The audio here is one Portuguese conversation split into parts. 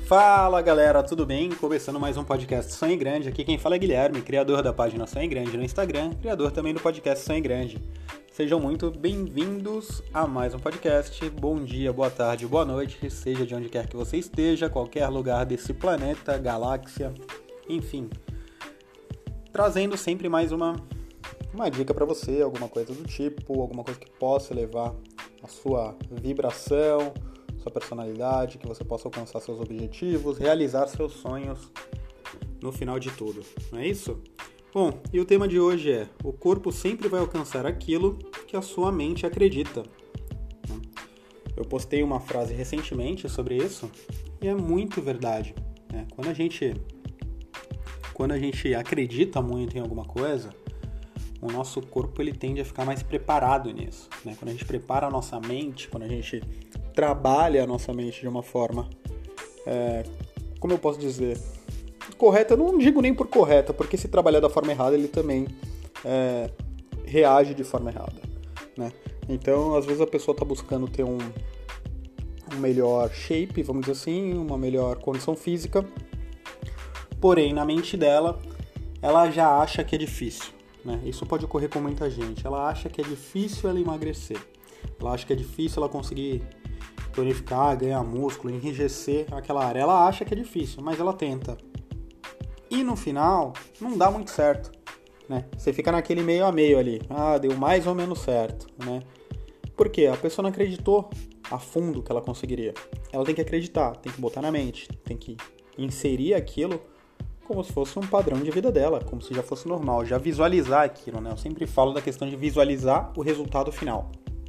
Fala galera, tudo bem? Começando mais um podcast Sonho Grande. Aqui quem fala é Guilherme, criador da página Sonho Grande no Instagram, criador também do podcast Sonho Grande. Sejam muito bem-vindos a mais um podcast. Bom dia, boa tarde, boa noite, seja de onde quer que você esteja, qualquer lugar desse planeta, galáxia, enfim. Trazendo sempre mais uma dica para você, alguma coisa do tipo, alguma coisa que possa elevar a sua vibração, sua personalidade, que você possa alcançar seus objetivos, realizar seus sonhos no final de tudo, não é isso? Bom, e o tema de hoje é: o corpo sempre vai alcançar aquilo que a sua mente acredita. Eu postei uma frase recentemente sobre isso e é muito verdade, né? Quando a gente acredita muito em alguma coisa, o nosso corpo ele tende a ficar mais preparado nisso, né? Quando a gente prepara a nossa mente, quando a gente trabalha a nossa mente de uma forma, como eu posso dizer, correta, eu não digo nem por correta, porque se trabalhar da forma errada, ele também reage de forma errada, né? Então, às vezes a pessoa está buscando ter um melhor shape, vamos dizer assim, uma melhor condição física, porém, na mente dela, ela já acha que é difícil, né? Isso pode ocorrer com muita gente. Ela acha que é difícil ela emagrecer, ela acha que é difícil ela conseguir tonificar, ganhar músculo, enrijecer aquela área. Ela acha que é difícil, mas ela tenta. E no final, não dá muito certo, né? Você fica naquele meio a meio ali. Ah, deu mais ou menos certo, né? Por quê? A pessoa não acreditou a fundo que ela conseguiria. Ela tem que acreditar, tem que botar na mente, tem que inserir aquilo como se fosse um padrão de vida dela, como se já fosse normal, já visualizar aquilo, né? Eu sempre falo da questão de visualizar o resultado final.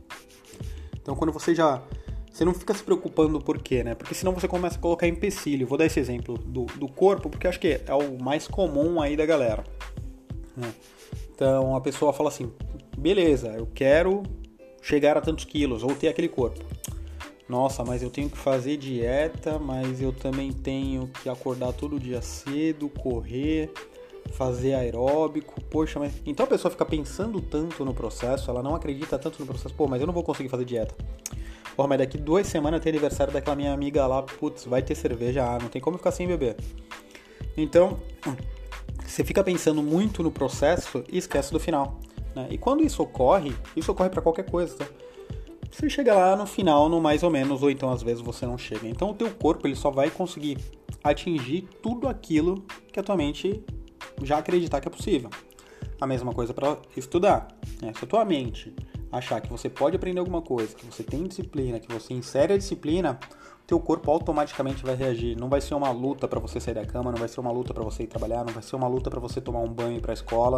Então, quando você não fica se preocupando por quê, né? Porque senão você começa a colocar empecilho. Vou dar esse exemplo do corpo, porque acho que é o mais comum aí da galera, né? Então, a pessoa fala assim: beleza, eu quero chegar a tantos quilos, ou ter aquele corpo. Nossa, mas eu tenho que fazer dieta, mas eu também tenho que acordar todo dia cedo, correr, fazer aeróbico. Poxa, mas... Então a pessoa fica pensando tanto no processo, ela não acredita tanto no processo. Pô, mas eu não vou conseguir fazer dieta. Pô, mas daqui 2 semanas tem aniversário daquela minha amiga lá, putz, vai ter cerveja, não tem como ficar sem beber. Então, você fica pensando muito no processo e esquece do final, né? E quando isso ocorre para qualquer coisa, tá? Você chega lá no final, no mais ou menos, ou então às vezes você não chega. Então o teu corpo ele só vai conseguir atingir tudo aquilo que a tua mente já acreditar que é possível. A mesma coisa para estudar, né? Se a tua mente achar que você pode aprender alguma coisa, que você tem disciplina, que você insere a disciplina, o teu corpo automaticamente vai reagir. Não vai ser uma luta para você sair da cama, não vai ser uma luta para você ir trabalhar, não vai ser uma luta para você tomar um banho e ir para a escola.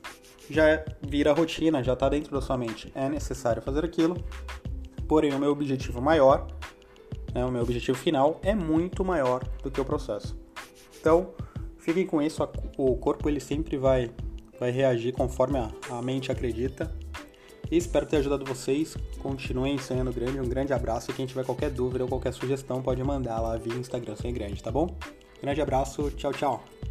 Já vira rotina, já está dentro da sua mente. É necessário fazer aquilo, porém o meu objetivo maior, né, o meu objetivo final é muito maior do que o processo. Então, fiquem com isso, o corpo ele sempre vai reagir conforme a mente acredita. E espero ter ajudado vocês. Continuem sonhando grande, um grande abraço. E quem tiver qualquer dúvida ou qualquer sugestão pode mandar lá via Instagram Sonho Grande, tá bom? Grande abraço, tchau, tchau.